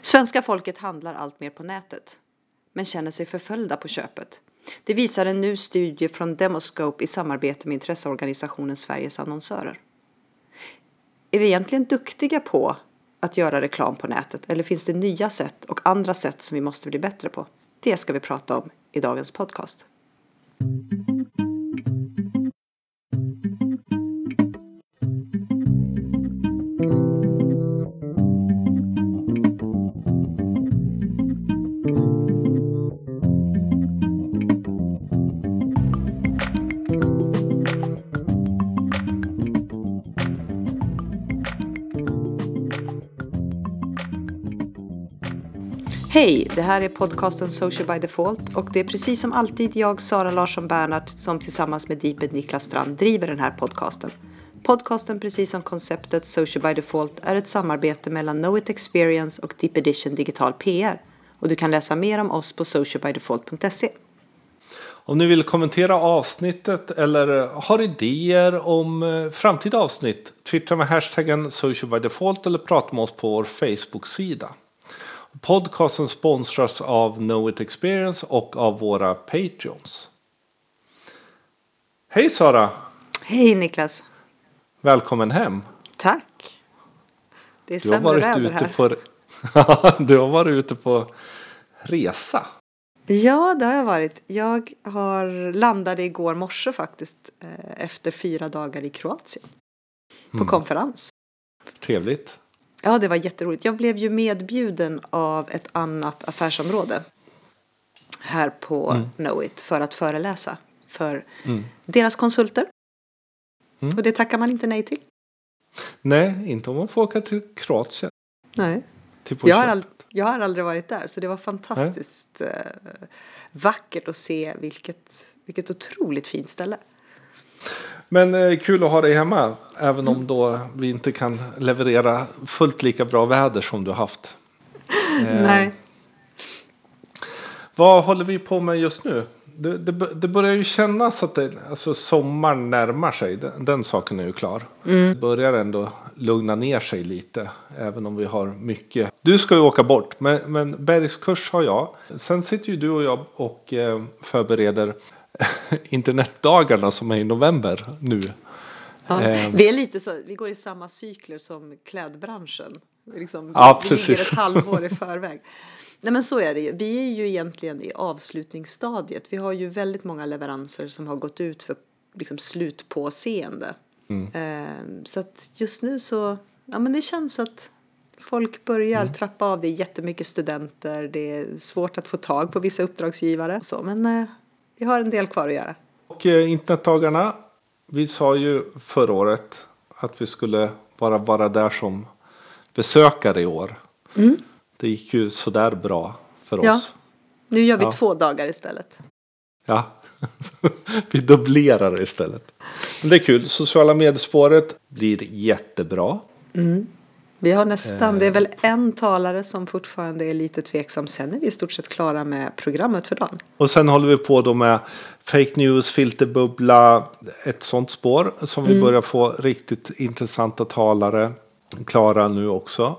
Svenska folket handlar allt mer på nätet, men känner sig förföljda på köpet. Det visar en ny studie från Demoscope i samarbete med intresseorganisationen Sveriges annonsörer. Är vi egentligen duktiga på att göra reklam på nätet, eller finns det nya sätt och andra sätt som vi måste bli bättre på? Det ska vi prata om i dagens podcast. Hej, det här är podcasten Social by Default och det är precis som alltid jag, Sara Larsson Bernhardt, som tillsammans med Deeped Niklas Strand driver den här podcasten. Podcasten, precis som konceptet Social by Default, är ett samarbete mellan Knowit Experience och Deep Edition Digital PR. Och du kan läsa mer om oss på socialbydefault.se. Om ni vill kommentera avsnittet eller har idéer om framtida avsnitt, twittra med hashtaggen Social by Default eller prata med oss på vår Facebook-sida. Podcasten sponsras av Knowit Experience och av våra Patreons. Hej Sara! Hej Niklas! Välkommen hem! Tack! Det är sämre väder här. Du har varit ute på resa. Ja, det har jag varit. Jag landade igår morse faktiskt efter 4 dagar i Kroatien. På konferens. Trevligt. Ja, det var jätteroligt. Jag blev ju medbjuden av ett annat affärsområde här på Knowit för att föreläsa för deras konsulter. Och det tackar man inte nej till. Nej, inte om man får åka till Kroatien. Nej, jag har aldrig varit där, så det var fantastiskt vackert att se vilket otroligt fint ställe. Men kul att ha dig hemma, även om då vi inte kan leverera fullt lika bra väder som du har haft. Nej. Vad håller vi på med just nu? Det börjar ju kännas att sommaren närmar sig. Den saken är ju klar. Det börjar ändå lugna ner sig lite, även om vi har mycket. Du ska ju åka bort, men bergskurs har jag. Sen sitter ju du och jag och förbereder internetdagarna som är i november nu. Ja, vi är lite så, vi går i samma cykler som klädbranschen. Vi ligger ett halvår i förväg. Nej, men så är det ju. Vi är ju egentligen i avslutningsstadiet. Vi har ju väldigt många leveranser som har gått ut för slutpåseende. Så att just nu så, men det känns att folk börjar trappa av. Det är jättemycket studenter. Det är svårt att få tag på vissa uppdragsgivare. Så, men vi har en del kvar att göra. Och internetdagarna, vi sa ju förra året att vi skulle vara där som besökare i år. Det gick ju sådär bra för oss. Ja, nu gör vi 2 dagar istället. Ja, vi dubblerar det istället. Men det är kul, sociala mediespåret blir jättebra. Vi har nästan, det är väl en talare som fortfarande är lite tveksam. Sen är vi i stort sett klara med programmet för dagen. Och sen håller vi på då med fake news, filterbubbla, ett sånt spår som vi börjar få riktigt intressanta talare klara nu också.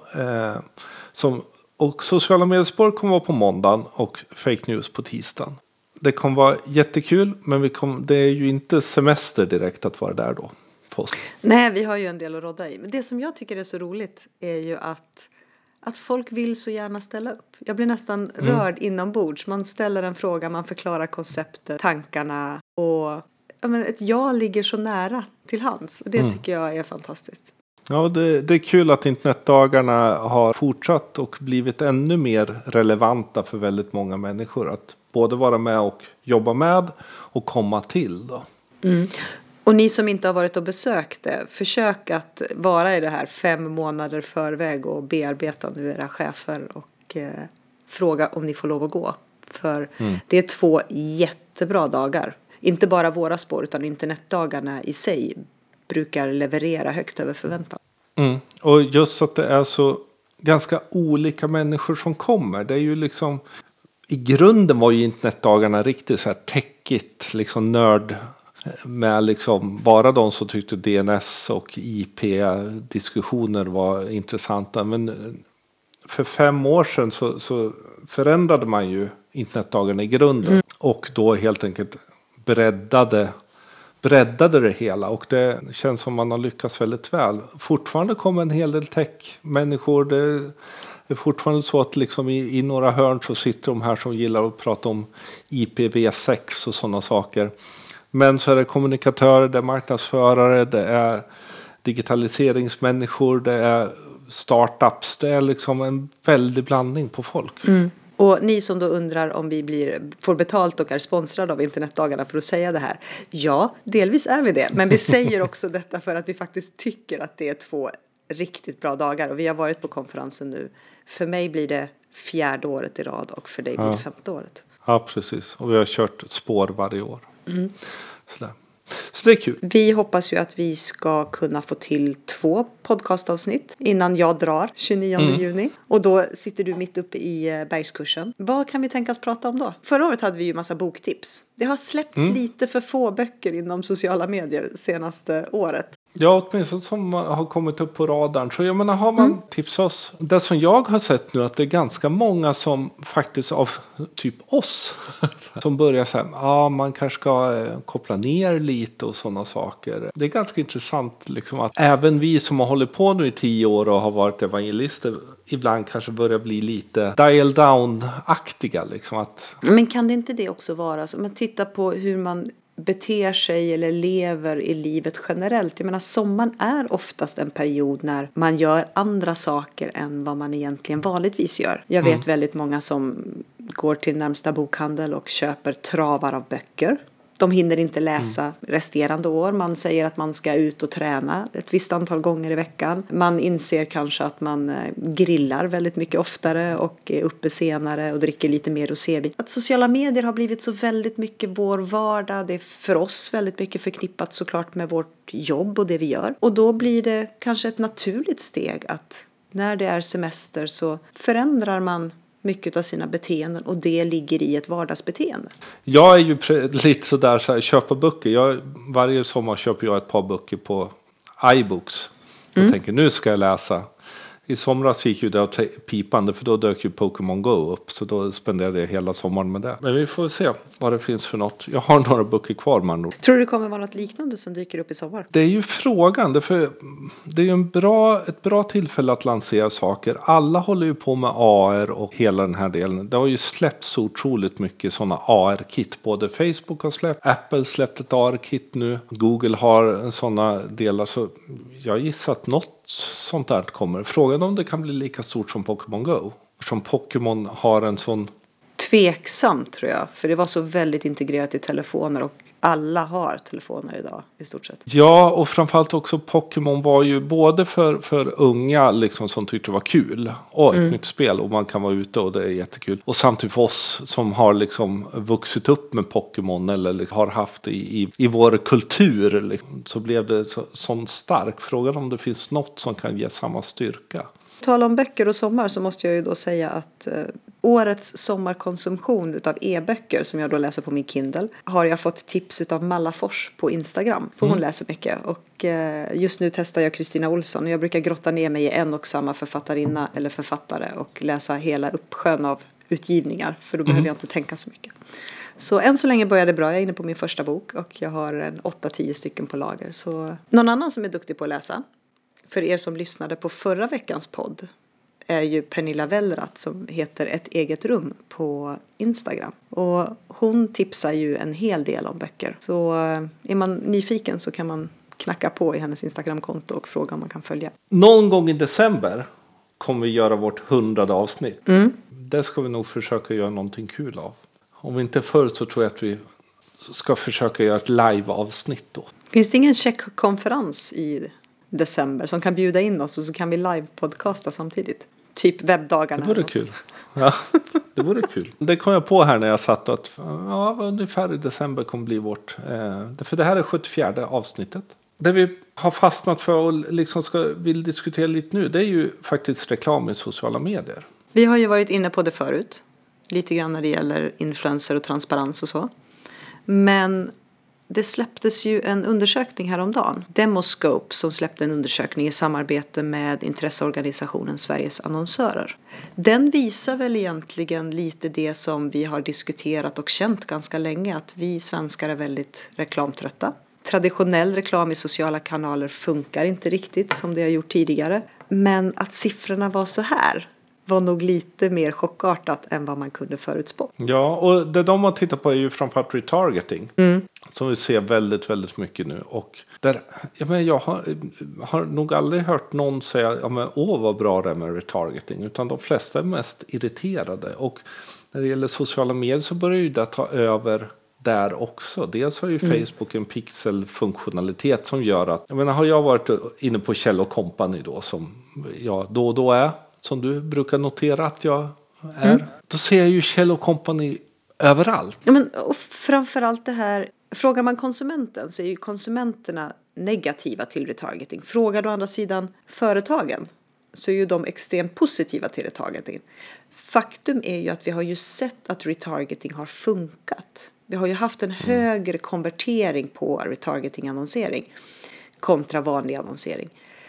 Och sociala mediespår kommer vara på måndagen och fake news på tisdagen. Det kommer vara jättekul, men det är ju inte semester direkt att vara där då. Nej, vi har ju en del att rodda i. Men det som jag tycker är så roligt är ju att folk vill så gärna ställa upp. Jag blir nästan rörd inombords. Man ställer en fråga, man förklarar konceptet, tankarna. Och ett ja ligger så nära till hands. Och det tycker jag är fantastiskt. Ja, det är kul att internetdagarna har fortsatt och blivit ännu mer relevanta för väldigt många människor. Att både vara med och jobba med och komma till då. Och ni som inte har varit och besökt det, försök att vara i det här 5 månader förväg och bearbeta nu era chefer och fråga om ni får lov att gå. För det är 2 jättebra dagar. Inte bara våra spår utan internetdagarna i sig brukar leverera högt över förväntan. Och just att det är så ganska olika människor som kommer. Det är ju liksom, i grunden var ju internetdagarna riktigt så här techigt, liksom nörd. Med liksom bara de som tyckte DNS och IP-diskussioner var intressanta. Men för 5 år sedan så förändrade man ju internetdagarna i grunden. Och då helt enkelt breddade det hela. Och det känns som man har lyckats väldigt väl. Fortfarande kommer en hel del tech-människor. Det är fortfarande så att liksom i några hörn så sitter de här som gillar att prata om IPv6 och sådana saker. Men så är det kommunikatörer, det är marknadsförare, det är digitaliseringsmänniskor, det är startups. Det är liksom en väldig blandning på folk. Och ni som då undrar om vi får betalt och är sponsrade av internetdagarna för att säga det här. Ja, delvis är vi det. Men vi säger också detta för att vi faktiskt tycker att det är 2 riktigt bra dagar. Och vi har varit på konferensen nu. För mig blir det 4:e året i rad och för dig blir det 5:e året. Ja, precis. Och vi har kört spår varje år. Så det är kul. Vi hoppas ju att vi ska kunna få till 2 podcastavsnitt innan jag drar 29 juni. Och då sitter du mitt uppe i bergskursen. Vad kan vi tänkas prata om då? Förra året hade vi ju massa boktips. Det har släppts lite för få böcker inom sociala medier senaste året. Ja, åtminstone som har kommit upp på radarn. Så jag menar, har man tips oss. Det som jag har sett nu att det är ganska många som faktiskt av typ oss som börjar så här, man kanske ska koppla ner lite och sådana saker. Det är ganska intressant liksom att även vi som har hållit på nu i 10 år och har varit evangelister ibland kanske börjar bli lite dial down-aktiga liksom att. Men kan det inte det också vara så? Om man tittar på hur man beter sig eller lever i livet generellt. Jag menar, sommaren är oftast en period när man gör andra saker än vad man egentligen vanligtvis gör. Jag vet väldigt många som går till närmsta bokhandel och köper travar av böcker. De hinner inte läsa resterande år. Man säger att man ska ut och träna ett visst antal gånger i veckan. Man inser kanske att man grillar väldigt mycket oftare och är uppe senare och dricker lite mer rosévin. Att sociala medier har blivit så väldigt mycket vår vardag. Det är för oss väldigt mycket förknippat såklart med vårt jobb och det vi gör. Och då blir det kanske ett naturligt steg att när det är semester så förändrar man mycket av sina beteenden och det ligger i ett vardagsbeteende. Jag är ju lite sådär så här, köpa böcker. Varje sommar köper jag ett par böcker på iBooks. Jag tänker nu ska jag läsa. I somras gick ju det åt pipande för då dök ju Pokémon Go upp. Så då spenderade jag hela sommaren med det. Men vi får se vad det finns för något. Jag har några böcker kvar man. Tror du det kommer vara något liknande som dyker upp i sommar? Det är ju frågan. Det är ju ett bra tillfälle att lansera saker. Alla håller ju på med AR och hela den här delen. Det har ju släppts så otroligt mycket sådana AR-kit. Både Facebook har släppt, Apple släppt ett AR-kit nu. Google har sådana delar. Så jag gissar att något sånt där kommer. Frågan om det kan bli lika stort som Pokémon Go. Som Pokémon har en sån. Tveksamt tror jag. För det var så väldigt integrerat i telefoner och alla har telefoner idag i stort sett. Ja, och framförallt också Pokémon var ju både för unga liksom, som tyckte det var kul. Och ett nytt spel och man kan vara ute och det är jättekul. Och samtidigt för oss som har liksom vuxit upp med Pokémon eller liksom, har haft det i vår kultur liksom, så blev det sån stark. Frågan om det finns något som kan ge samma styrka. Tala om böcker och sommar så måste jag ju då säga att årets sommarkonsumtion utav e-böcker som jag då läser på min Kindle har jag fått tips utav Malla Fors på Instagram. För hon läser mycket och just nu testar jag Kristina Olsson och jag brukar grotta ner mig i en och samma författarinna eller författare och läsa hela uppsjön av utgivningar för då behöver jag inte tänka så mycket. Så än så länge började det bra. Jag är inne på min första bok och jag har 8-10 stycken på lager. Så någon annan som är duktig på att läsa för er som lyssnade på förra veckans podd är ju Pernilla Wellrath som heter Ett eget rum på Instagram. Och hon tipsar ju en hel del om böcker. Så är man nyfiken så kan man knacka på i hennes Instagramkonto och fråga om man kan följa. Någon gång i december kommer vi göra vårt 100:e avsnitt. Det ska vi nog försöka göra någonting kul av. Om inte förr så tror jag att vi ska försöka göra ett live-avsnitt då. Finns det ingen checkkonferens i december som kan bjuda in oss och så kan vi live-podcasta samtidigt? Typ webbdagarna. Det vore kul. Ja, det vore kul. Det kom jag på här när jag satt att ungefär i december kommer bli vårt. För det här är 74:e avsnittet. Det vi har fastnat för och liksom vill diskutera lite nu det är ju faktiskt reklam i sociala medier. Vi har ju varit inne på det förut. Lite grann när det gäller influencer och transparens och så. Men det släpptes ju en undersökning häromdagen. Demoscope som släppte en undersökning i samarbete med intresseorganisationen Sveriges annonsörer. Den visar väl egentligen lite det som vi har diskuterat och känt ganska länge. Att vi svenskar är väldigt reklamtrötta. Traditionell reklam i sociala kanaler funkar inte riktigt som det har gjort tidigare. Men att siffrorna var så här var nog lite mer chockartat än vad man kunde förutspå. Ja, och det de har tittat på är ju framförallt retargeting. Som vi ser väldigt, väldigt mycket nu. Och där, jag har nog aldrig hört någon säga vad bra det är med retargeting. Utan de flesta är mest irriterade. Och när det gäller sociala medier så börjar ju det ta över där också. Dels har ju Facebook en pixelfunktionalitet som gör att, har jag varit inne på Kjell & Company då som jag då och då är, som du brukar notera att jag är, då ser jag ju Kjell & Company överallt. Ja, men, och framförallt det här, frågar man konsumenten så är ju konsumenterna negativa till retargeting. Frågar du å andra sidan företagen så är ju de extremt positiva till retargeting. Faktum är ju att vi har ju sett att retargeting har funkat. Vi har ju haft en högre konvertering på retargeting-annonsering kontra vanlig annonsering.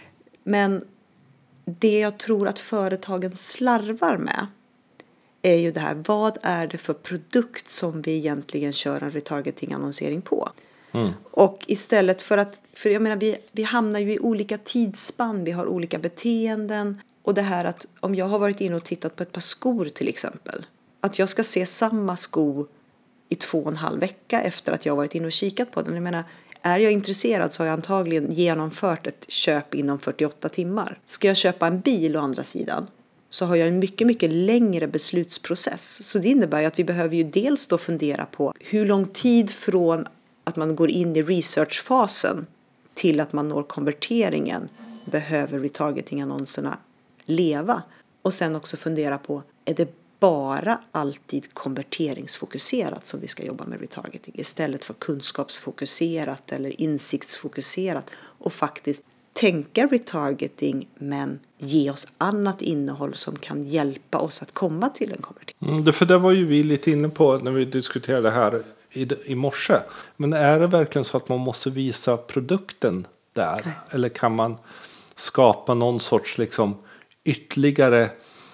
Men det jag tror att företagen slarvar med är ju det här. Vad är det för produkt som vi egentligen kör en retargeting-annonsering på? Och istället för jag menar vi hamnar ju i olika tidsspann. Vi har olika beteenden. Och det här att om jag har varit inne och tittat på ett par skor till exempel. Att jag ska se samma sko i 2,5 vecka efter att jag varit inne och kikat på den. Jag menar, är jag intresserad så har jag antagligen genomfört ett köp inom 48 timmar. Ska jag köpa en bil å andra sidan så har jag en mycket, mycket längre beslutsprocess. Så det innebär ju att vi behöver ju dels då fundera på hur lång tid från att man går in i researchfasen till att man når konverteringen behöver retargeting-annonserna leva. Och sen också fundera på, är det bara alltid konverteringsfokuserat som vi ska jobba med retargeting istället för kunskapsfokuserat eller insiktsfokuserat och faktiskt tänka retargeting men ge oss annat innehåll som kan hjälpa oss att komma till en konvertering. För det var ju vi lite inne på när vi diskuterade här i morse. Men är det verkligen så att man måste visa produkten där? Nej. Eller kan man skapa någon sorts ytterligare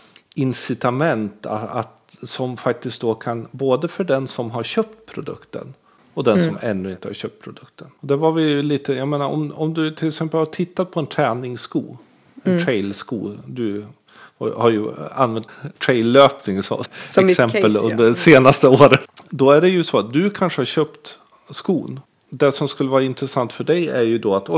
incitament som faktiskt då kan både för den som har köpt produkten och den som ännu inte har köpt produkten. Det var vi ju lite, om du till exempel har tittat på en träningssko, en trailsko, du har ju använt traillöpning som exempel under det senaste året. Då är det ju så att du kanske har köpt skon. Det som skulle vara intressant för dig är ju då att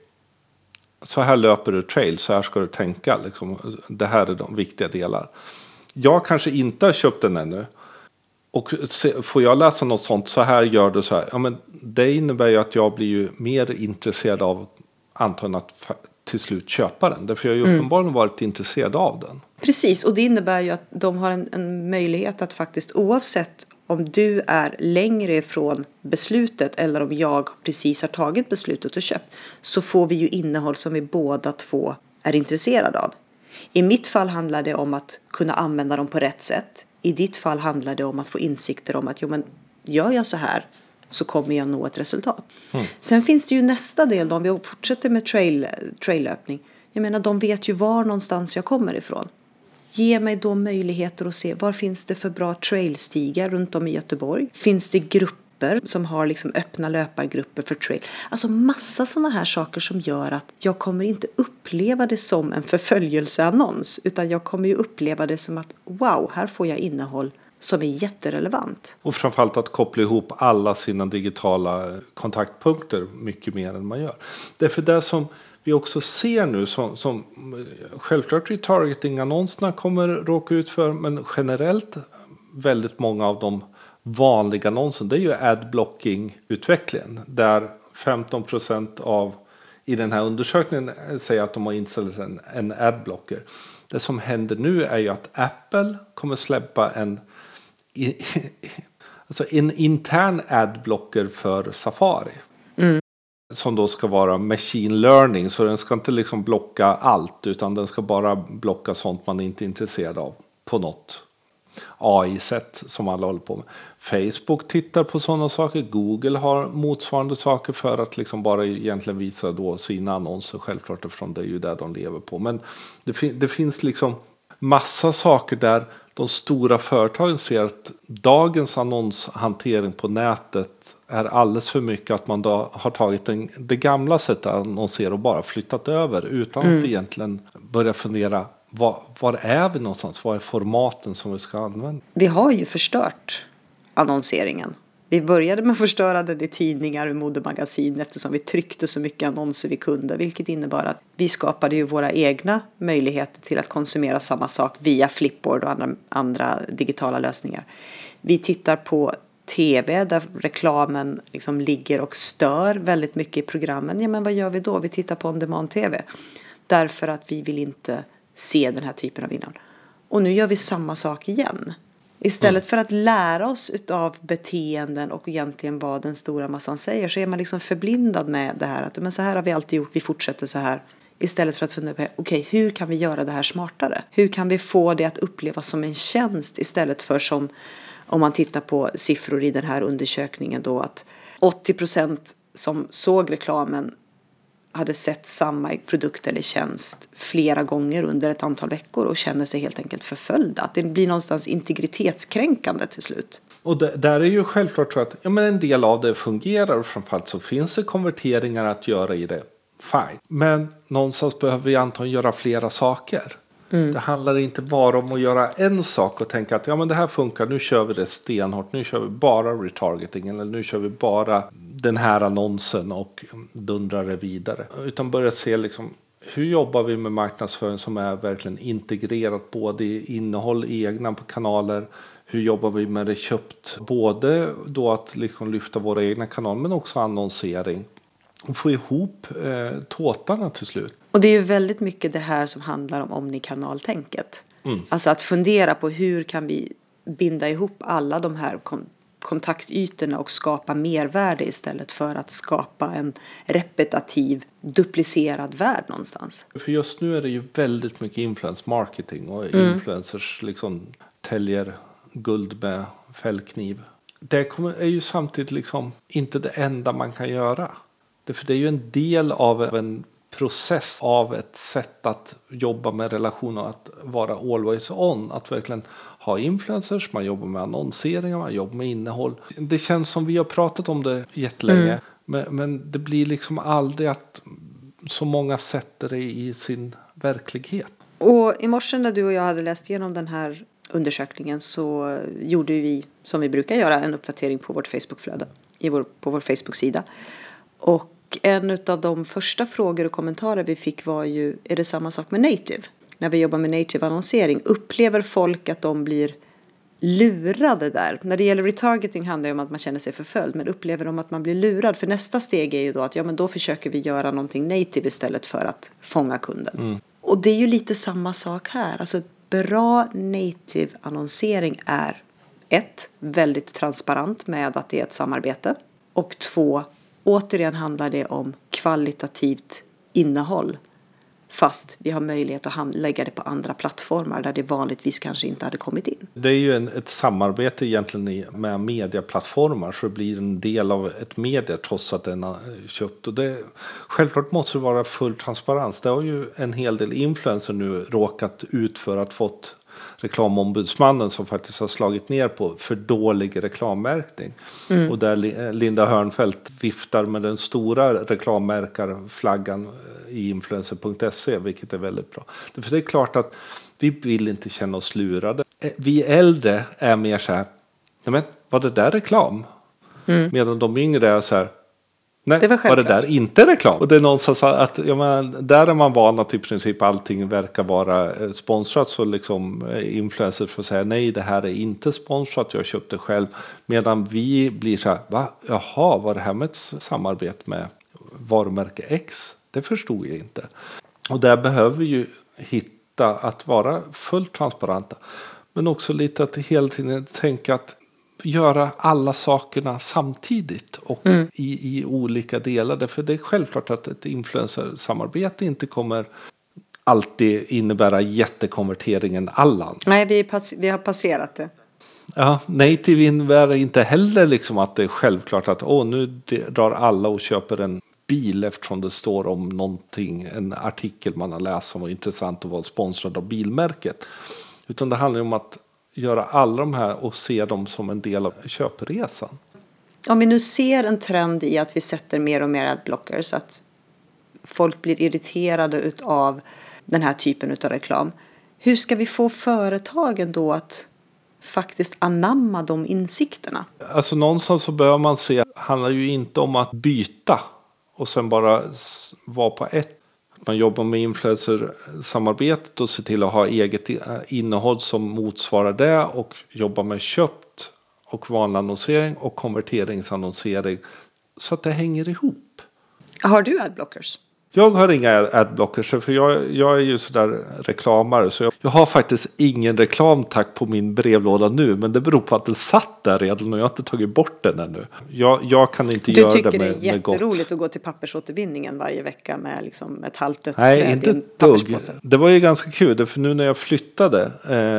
så här löper du trail, så här ska du tänka. Det här är de viktiga delar. Jag kanske inte har köpt den ännu. Och får jag läsa något sånt, så här gör du så här. Ja, men det innebär ju att jag blir ju mer intresserad av antagligen att till slut köpa den. Därför jag har ju uppenbarligen varit intresserad av den. Precis, och det innebär ju att de har en möjlighet att faktiskt oavsett om du är längre ifrån beslutet eller om jag precis har tagit beslutet och köpt, så får vi ju innehåll som vi båda två är intresserade av. I mitt fall handlar det om att kunna använda dem på rätt sätt. I ditt fall handlar det om att få insikter om att gör jag så här så kommer jag nå ett resultat. Sen finns det ju nästa del då, om vi fortsätter med traillöpning. Jag menar, de vet ju var någonstans jag kommer ifrån. Ge mig då möjligheter att se var finns det för bra trailstigar runt om i Göteborg. Finns det grupper som har öppna löpargrupper för trail. Alltså massa sådana här saker som gör att jag kommer inte uppleva det som en förföljelseannons. Utan jag kommer ju uppleva det som att wow, här får jag innehåll som är jätterelevant. Och framförallt att koppla ihop alla sina digitala kontaktpunkter mycket mer än man gör. Det är för det som vi också ser nu som självklart retargeting-annonserna kommer råka ut för, men generellt väldigt många av de vanliga annonserna, det är ju adblocking-utvecklingen där 15% av i den här undersökningen säger att de har installerat en adblocker. Det som händer nu är ju att Apple kommer släppa en intern adblocker för Safari. Som då ska vara machine learning. Så den ska inte blocka allt. Utan den ska bara blocka sånt man inte är intresserad av. På något AI-sätt som alla håller på med. Facebook tittar på sådana saker. Google har motsvarande saker för att liksom bara egentligen visa då sina annonser. Självklart, eftersom det är ju där de lever på. Men det finns liksom massa saker där de stora företagen ser att dagens annonshantering på nätet är alldeles för mycket, att man då har tagit det gamla sättet att annonsera och bara flyttat över utan att egentligen börja fundera var är vi någonstans? Vad är formaten som vi ska använda? Vi har ju förstört annonseringen. Vi började med att förstöra den i tidningar och modemagasin eftersom vi tryckte så mycket annonser vi kunde. Vilket innebar att vi skapade ju våra egna möjligheter till att konsumera samma sak via Flipboard och andra digitala lösningar. Vi tittar på tv där reklamen liksom ligger och stör väldigt mycket i programmen. Ja, men vad gör vi då? Vi tittar på on-demand-tv. Därför att vi vill inte se den här typen av innehåll. Och nu gör vi samma sak igen. Istället för att lära oss av beteenden och egentligen vad den stora massan säger, så är man liksom förblindad med det här. Att men så här har vi alltid gjort, vi fortsätter så här. Istället för att fundera på, okej, hur kan vi göra det här smartare? Hur kan vi få det att upplevas som en tjänst istället för som, om man tittar på siffror i den här undersökningen då, att 80% som såg reklamen hade sett samma produkt eller tjänst flera gånger under ett antal veckor och känner sig helt enkelt förföljda. Att det blir någonstans integritetskränkande till slut. Och där är ju självklart så att men en del av det fungerar och framförallt så finns det konverteringar att göra i det. Fine. Men någonstans behöver vi antagligen göra flera saker. Det handlar inte bara om att göra en sak och tänka att men det här funkar, nu kör vi det stenhårt, nu kör vi bara retargeting eller nu kör vi bara den här annonsen och dundrar det vidare. Utan börja se liksom, hur jobbar vi med marknadsföring som är verkligen integrerat både i innehåll, i egna kanaler. Hur jobbar vi med det köpt? Både då att liksom lyfta våra egna kanaler men också annonsering. Och få ihop tåtarna till slut. Och det är ju väldigt mycket det här som handlar om omnikanaltänket. Alltså att fundera på hur kan vi binda ihop alla de här kontaktytorna och skapa mervärde istället för att skapa en repetitiv, duplicerad värld någonstans. För just nu är det ju väldigt mycket influence marketing och influencers liksom täljer guld med fällkniv. Det är ju samtidigt liksom inte det enda man kan göra. För det är ju en del av en process, av ett sätt att jobba med relationer, att vara always on, att verkligen ha influencers, man jobbar med annonseringar, man jobbar med innehåll. Det känns som vi har pratat om det jättelänge, men det blir liksom aldrig att så många sätter det i sin verkligt. Och i morse när du och jag hade läst igenom den här undersökningen så gjorde vi, som vi brukar göra, en uppdatering på vårt Facebookflöde, på vår Facebook-sida. Och en av de första frågor och kommentarer vi fick var ju, är det samma sak med native? När vi jobbar med native annonsering, upplever folk att de blir lurade där? När det gäller retargeting handlar det om att man känner sig förföljd, men upplever de att man blir lurad? För nästa steg är ju då att men då försöker vi göra någonting native istället för att fånga kunden. Och det är ju lite samma sak här. Alltså bra native annonsering är 1. väldigt transparent med att det är ett samarbete, och 2. återigen handlar det om kvalitativt innehåll. Fast vi har möjlighet att lägga det på andra plattformar där det vanligtvis kanske inte hade kommit in. Det är ju ett samarbete egentligen med medieplattformar, så det blir en del av ett media trots att den har köpt. Och självklart måste det vara full transparens. Det har ju en hel del influencer nu råkat ut för att fått reklamombudsmannen som faktiskt har slagit ner på för dålig reklammärkning. Och där Linda Hörnfeldt viftar med den stora reklammärkarflaggan i influencer.se, vilket är väldigt bra. För det är klart att vi vill inte känna oss lurade. Vi äldre är mer så här, nej men var det där reklam? Medan de yngre är så här, nej, var det där inte reklam? Och det är någonstans att där är man van att i princip allting verkar vara sponsrat, så liksom influencers får säga nej, det här är inte sponsrat, jag köpte själv. Medan vi blir så här, va? Jaha, var det här med ett samarbete med varumärke X? Det förstod jag inte. Och där behöver vi ju hitta att vara fullt transparenta. Men också lite att hela tiden tänka att göra alla sakerna samtidigt och i olika delar. Därför det är självklart att ett influencer-samarbete inte kommer alltid innebära jättekonverteringen allan. Nej, vi har passerat det. Ja, native innebär inte heller liksom att det är självklart att nu drar alla och köper en bil eftersom det står om någonting, en artikel man har läst som var intressant och var sponsrad av bilmärket. Utan det handlar om att göra alla de här och se dem som en del av köpresan. Om vi nu ser en trend i att vi sätter mer och mer adblockers, att folk blir irriterade av den här typen av reklam. Hur ska vi få företagen då att faktiskt anamma de insikterna? Alltså någonstans så behöver man se, det handlar ju inte om att byta och sen bara vara på ett. Man jobbar med influencer-samarbetet och ser till att ha eget innehåll som motsvarar det och jobba med köpt och vanlig annonsering och konverteringsannonsering så att det hänger ihop. Har du adblockers? Jag har inga adblockers för jag är ju sådär reklamare så jag har faktiskt ingen reklamtack på min brevlåda nu, men det beror på att den satt där redan och jag har inte tagit bort den ännu. Jag kan inte göra det med gott. Du tycker det är jätteroligt att gå till pappersåtervinningen varje vecka med liksom ett halvt dött träd. Nej, inte ett dugg. Det var ju ganska kul för nu när jag flyttade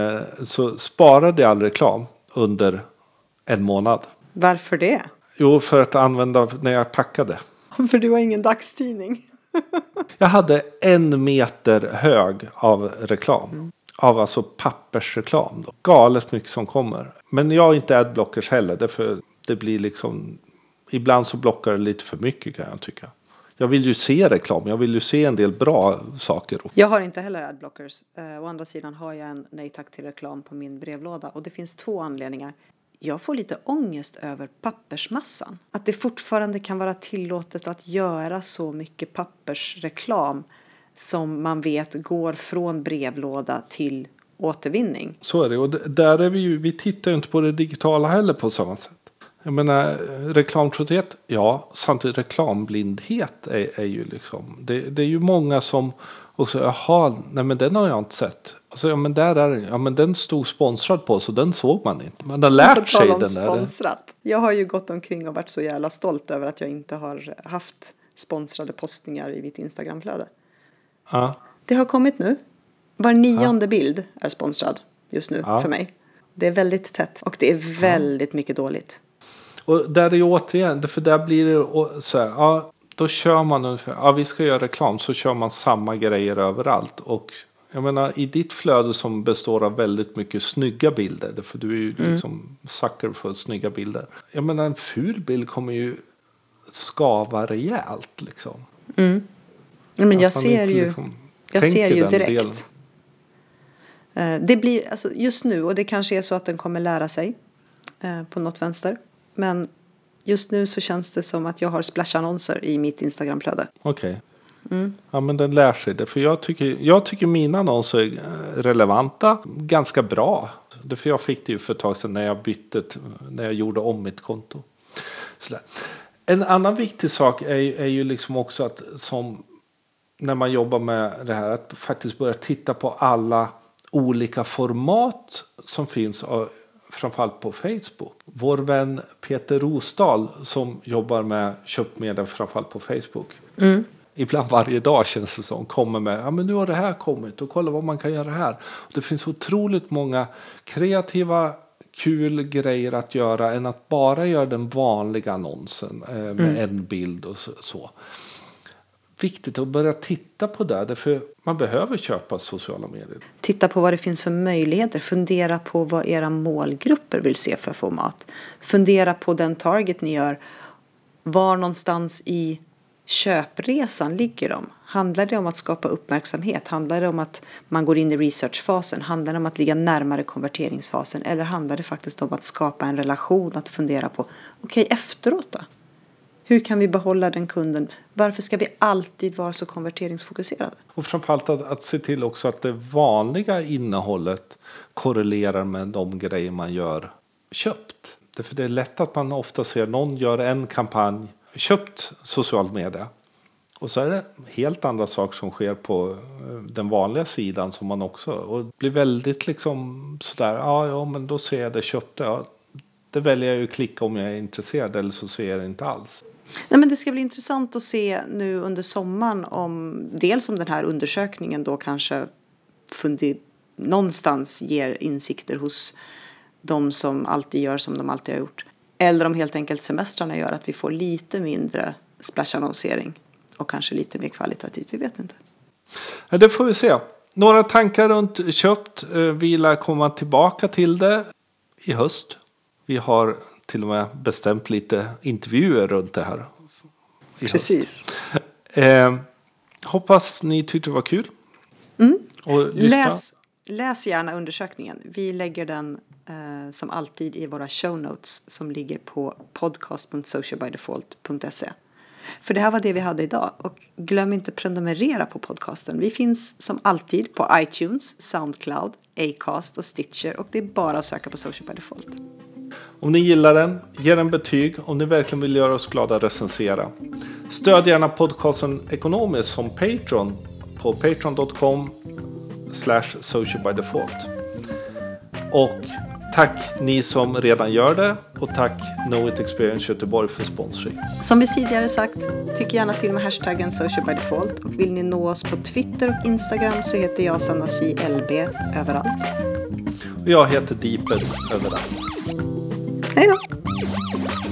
så sparade jag all reklam under en månad. Varför det? Jo, för att använda när jag packade. För du har ingen dagstidning. Jag hade 1 meter hög av reklam. Av alltså pappersreklam. Då. Galet mycket som kommer. Men jag har inte adblockers heller. Därför det blir liksom. Ibland så blockar det lite för mycket kan jag tycka. Jag vill ju se reklam. Jag vill ju se en del bra saker. Jag har inte heller adblockers. Å andra sidan har jag en nej tack till reklam på min brevlåda. Och det finns 2 anledningar. Jag får lite ångest över pappersmassan. Att det fortfarande kan vara tillåtet att göra så mycket pappersreklam som man vet går från brevlåda till återvinning. Så är det. Och där är vi tittar ju inte på det digitala heller på samma sätt. Jag menar, reklamtrötthet, ja. Samtidigt reklamblindhet är ju liksom. Det är ju många som också, jaha, nej men den har jag inte sett. Alltså, ja men där är den. Ja men den stod sponsrad på så den såg man inte. Man har lärt sig den sponsrat. Där. Jag har ju gått omkring och varit så jävla stolt över att jag inte har haft sponsrade postningar i mitt Instagramflöde. Ja. Det har kommit nu. Var 9:e bild är sponsrad just nu för mig. Det är väldigt tätt och det är väldigt mycket dåligt. Och där är ju återigen, för där blir det så här, då kör man ungefär, vi ska göra reklam så kör man samma grejer överallt. Och jag menar, i ditt flöde som består av väldigt mycket snygga bilder, för du är ju liksom sucker för snygga bilder. Jag menar, en ful bild kommer ju skava rejält liksom. Mm. Men jag ser ju, liksom, jag ser ju direkt. Det blir, alltså just nu, och det kanske är så att den kommer lära sig på något vänster. Men just nu så känns det som att jag har splash-annonser i mitt Instagramflöde. Okej. Ja men den lär sig det. För jag tycker mina annonser är relevanta. Ganska bra. För jag fick det ju för ett tag sedan när jag gjorde om mitt konto. Sådär. En annan viktig sak är ju liksom också att som när man jobbar med det här att faktiskt börja titta på alla olika format som finns framförallt på Facebook. Vår vän Peter Rosdahl som jobbar med köpmedia framförallt på Facebook. Ibland varje dag känns det som kommer med, men nu har det här kommit och kolla vad man kan göra här. Och det finns otroligt många kreativa, kul grejer att göra än att bara göra den vanliga annonsen med en bild och så. Viktigt att börja titta på det. Därför man behöver köpa sociala medier. Titta på vad det finns för möjligheter. Fundera på vad era målgrupper vill se för format. Fundera på den target ni gör. Var någonstans i köpresan ligger de? Handlar det om att skapa uppmärksamhet? Handlar det om att man går in i researchfasen? Handlar det om att ligga närmare konverteringsfasen? Eller handlar det faktiskt om att skapa en relation? Att fundera på, okej, efteråt då? Hur kan vi behålla den kunden? Varför ska vi alltid vara så konverteringsfokuserade? Och framförallt att se till också att det vanliga innehållet korrelerar med de grejer man gör köpt. För det är lätt att man ofta ser någon gör en kampanj köpt social media. Och så är det helt andra saker som sker på den vanliga sidan som man också. Och det blir väldigt liksom sådär, ja men då ser jag det köpta. Ja, det väljer jag ju att klicka om jag är intresserad eller så ser jag det inte alls. Nej, men det ska bli intressant att se nu under sommaren om den här undersökningen då kanske någonstans ger insikter hos de som alltid gör som de alltid har gjort. Eller om helt enkelt semestrarna gör att vi får lite mindre splash-annonsering och kanske lite mer kvalitativt, vi vet inte. Ja, det får vi se. Några tankar runt kött. Vi lär komma tillbaka till det i höst. Vi har till och med bestämt lite intervjuer runt det här. Precis. Hoppas ni tyckte det var kul. Och läs gärna undersökningen. Vi lägger den som alltid i våra show notes som ligger på podcast.socialbydefault.se. För det här var det vi hade idag. Och glöm inte prenumerera på podcasten. Vi finns som alltid på iTunes, Soundcloud, Acast och Stitcher. Och det är bara att söka på Social by Default. Om ni gillar den, ge den betyg. Om ni verkligen vill göra oss glada, recensera. Stöd gärna podcasten ekonomiskt som Patreon på patreon.com/socialbydefault. Och tack ni som redan gör det. Och tack Know It Experience Göteborg för sponsring. Som vi tidigare sagt, tyck gärna till med hashtaggen socialbydefault. Och vill ni nå oss på Twitter och Instagram så heter jag Sanasi LB överallt. Och jag heter Deeper överallt. Hej då!